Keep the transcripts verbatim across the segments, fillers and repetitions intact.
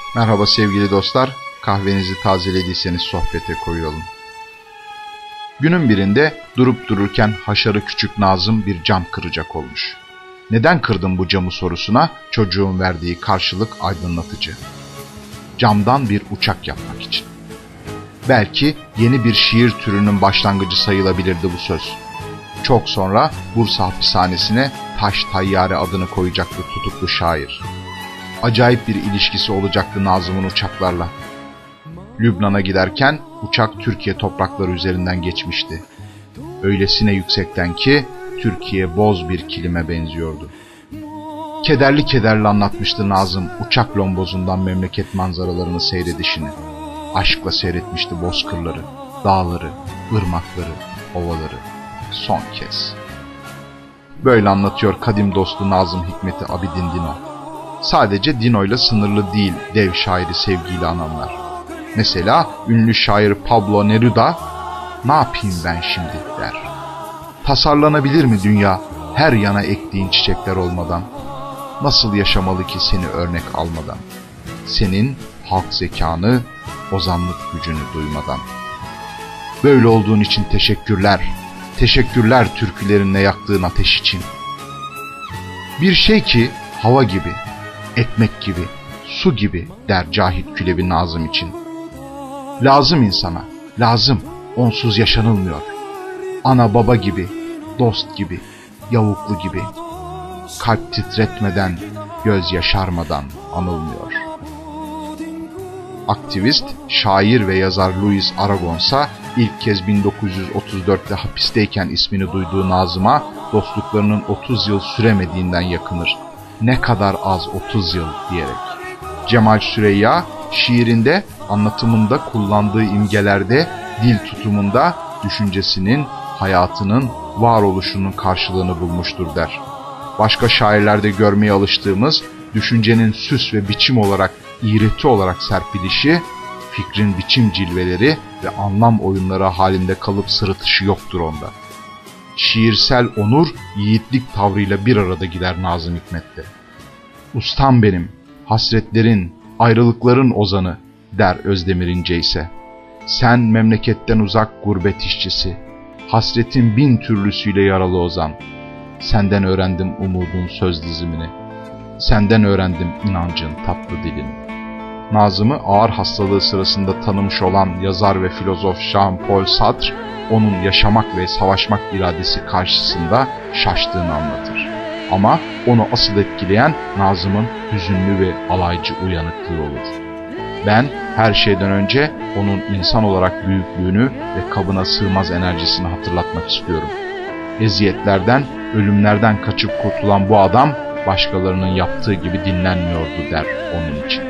Merhaba sevgili dostlar, kahvenizi tazelediyseniz sohbete koyulalım. Günün birinde durup dururken haşarı küçük Nazım bir cam kıracak olmuş. Neden kırdın bu camı sorusuna çocuğun verdiği karşılık aydınlatıcı. Camdan bir uçak yapmak için. Belki yeni bir şiir türünün başlangıcı sayılabilirdi bu söz. Çok sonra Bursa hapishanesine Taş Tayyare adını koyacaktı tutuklu şair. Acayip bir ilişkisi olacaktı Nazım'ın uçaklarla. Lübnan'a giderken uçak Türkiye toprakları üzerinden geçmişti. Öylesine yüksekten ki Türkiye boz bir kilime benziyordu. Kederli kederli anlatmıştı Nazım uçak lombozundan memleket manzaralarını seyredişini. Aşkla seyretmişti bozkırları, dağları, ırmakları, ovaları. Son kez. Böyle anlatıyor kadim dostu Nazım Hikmeti Abidin Dino. Sadece Dino'yla sınırlı değil dev şairi sevgiyle ananlar. Mesela ünlü şair Pablo Neruda, "Ne yapayım ben şimdi?" der. Tasarlanabilir mi dünya her yana ektiğin çiçekler olmadan? Nasıl yaşamalı ki seni örnek almadan? Senin halk zekanı, ozanlık gücünü duymadan. Böyle olduğun için teşekkürler. Teşekkürler türkülerinle yaktığın ateş için. Bir şey ki hava gibi, ekmek gibi, su gibi der Cahit Külebi Nazım için. Lazım insana, lazım, onsuz yaşanılmıyor. Ana baba gibi, dost gibi, yavuklu gibi. Kalp titretmeden, göz yaşarmadan anılmıyor. Aktivist, şair ve yazar Louis Aragonsa ilk kez bin dokuz yüz otuz dörtte hapisteyken ismini duyduğu Nazım'a dostluklarının otuz yıl süremediğinden yakınır. Ne kadar az otuz yıl diyerek. Cemal Süreyya şiirinde, anlatımında kullandığı imgelerde, dil tutumunda düşüncesinin, hayatının, varoluşunun karşılığını bulmuştur der. Başka şairlerde görmeye alıştığımız düşüncenin süs ve biçim olarak, iğreti olarak serpilişi, fikrin biçim cilveleri ve anlam oyunları halinde kalıp sırıtışı yoktur onda. Şiirsel onur, yiğitlik tavrıyla bir arada gider Nazım Hikmet'te. Ustam benim, hasretlerin, ayrılıkların ozanı der Özdemir İnce ise. Sen memleketten uzak gurbet işçisi, hasretin bin türlüsüyle yaralı ozan. Senden öğrendim umudun söz dizimini, senden öğrendim inancın tatlı dilini. Nazım'ı ağır hastalığı sırasında tanımış olan yazar ve filozof Jean-Paul Sartre, onun yaşamak ve savaşmak iradesi karşısında şaştığını anlatır. Ama onu asıl etkileyen Nazım'ın hüzünlü ve alaycı uyanıklığı olur. Ben her şeyden önce onun insan olarak büyüklüğünü ve kabına sığmaz enerjisini hatırlatmak istiyorum. Eziyetlerden, ölümlerden kaçıp kurtulan bu adam başkalarının yaptığı gibi dinlenmiyordu der onun için.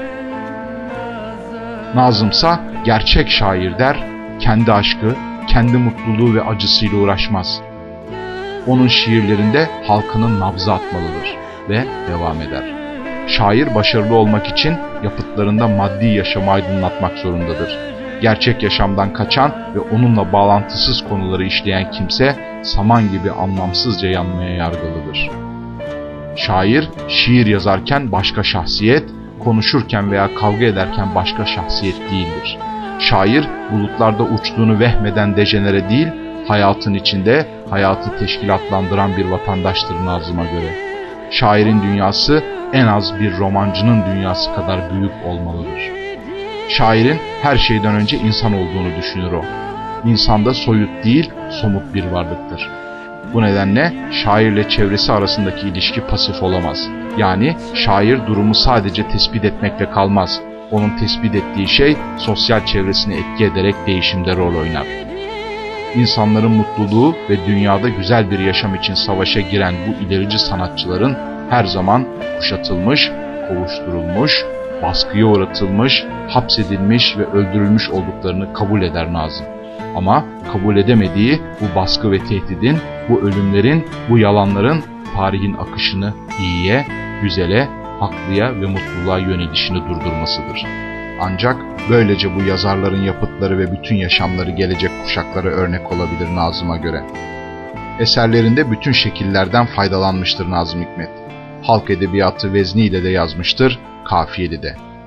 Nazımsa gerçek şair der, kendi aşkı, kendi mutluluğu ve acısıyla uğraşmaz. Onun şiirlerinde halkının nabzı atmalıdır ve devam eder. Şair başarılı olmak için yapıtlarında maddi yaşamı aydınlatmak zorundadır. Gerçek yaşamdan kaçan ve onunla bağlantısız konuları işleyen kimse saman gibi anlamsızca yanmaya yargılıdır. Şair, şiir yazarken başka şahsiyet, konuşurken veya kavga ederken başka şahsiyet değildir. Şair, bulutlarda uçtuğunu vehmeden dejenere değil, hayatın içinde hayatı teşkilatlandıran bir vatandaştır Nazım'a göre. Şairin dünyası en az bir romancının dünyası kadar büyük olmalıdır. Şairin her şeyden önce insan olduğunu düşünür o. İnsanda soyut değil, somut bir varlıktır. Bu nedenle şairle çevresi arasındaki ilişki pasif olamaz. Yani şair durumu sadece tespit etmekle kalmaz. Onun tespit ettiği şey sosyal çevresini etki ederek değişimde rol oynar. İnsanların mutluluğu ve dünyada güzel bir yaşam için savaşa giren bu ilerici sanatçıların her zaman kuşatılmış, kovuşturulmuş, baskıya uğratılmış, hapsedilmiş ve öldürülmüş olduklarını kabul eder Nazım. Ama kabul edemediği bu baskı ve tehdidin, bu ölümlerin, bu yalanların tarihin akışını iyiye, güzele, haklıya ve mutluluğa yönelişini durdurmasıdır. Ancak böylece bu yazarların yapıtları ve bütün yaşamları gelecek kuşaklara örnek olabilir Nazım'a göre. Eserlerinde bütün şekillerden faydalanmıştır Nazım Hikmet. Halk edebiyatı vezniyle de yazmıştır, kafiyeli de.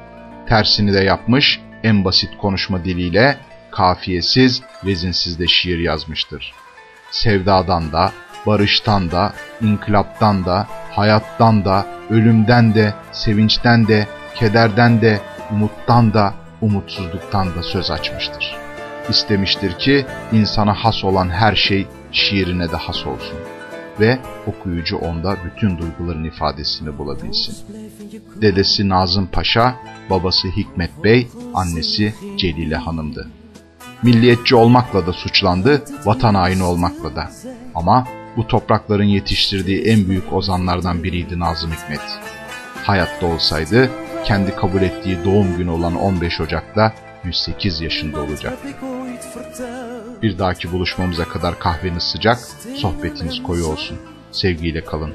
Tersini de yapmış, en basit konuşma diliyle kafiyesiz, vezinsiz de şiir yazmıştır. Sevdadan da, barıştan da, inkılaptan da, hayattan da, ölümden de, sevinçten de, kederden de, umuttan da, umutsuzluktan da söz açmıştır. İstemiştir ki insana has olan her şey şiirine de has olsun ve okuyucu onda bütün duyguların ifadesini bulabilsin. Dedesi Nazım Paşa, babası Hikmet Bey, annesi Celile Hanım'dı. Milliyetçi olmakla da suçlandı, vatan haini olmakla da. Ama bu toprakların yetiştirdiği en büyük ozanlardan biriydi Nazım Hikmet. Hayatta olsaydı, kendi kabul ettiği doğum günü olan on beş Ocak'ta yüz sekiz yaşında olacaktı. Bir dahaki buluşmamıza kadar kahveniz sıcak, sohbetiniz koyu olsun. Sevgiyle kalın.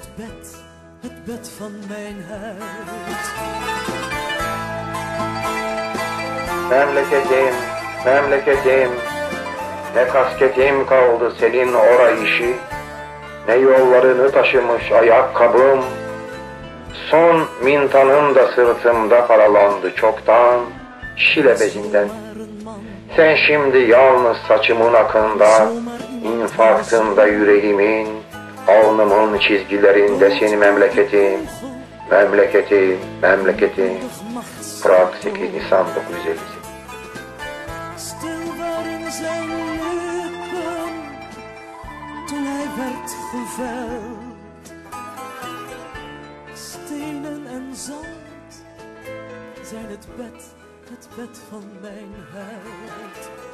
Memleketim, memleketim, ne kasketim kaldı senin ora işi, ne yollarını taşımış ayakkabım, son mintanım da sırtımda paralandı çoktan, şile bezinden. Sen şimdi yalnız saçımın akında, infarktında yüreğimin, alnımın çizgilerindesin memleketim, memleketim, memleketim. Prag sekiz Nisan dokuz yüz elli sekiz. Stil waren zijn lippen toen hij werd geveld. Stenen en zand zijn het bed, het bed van mijn held.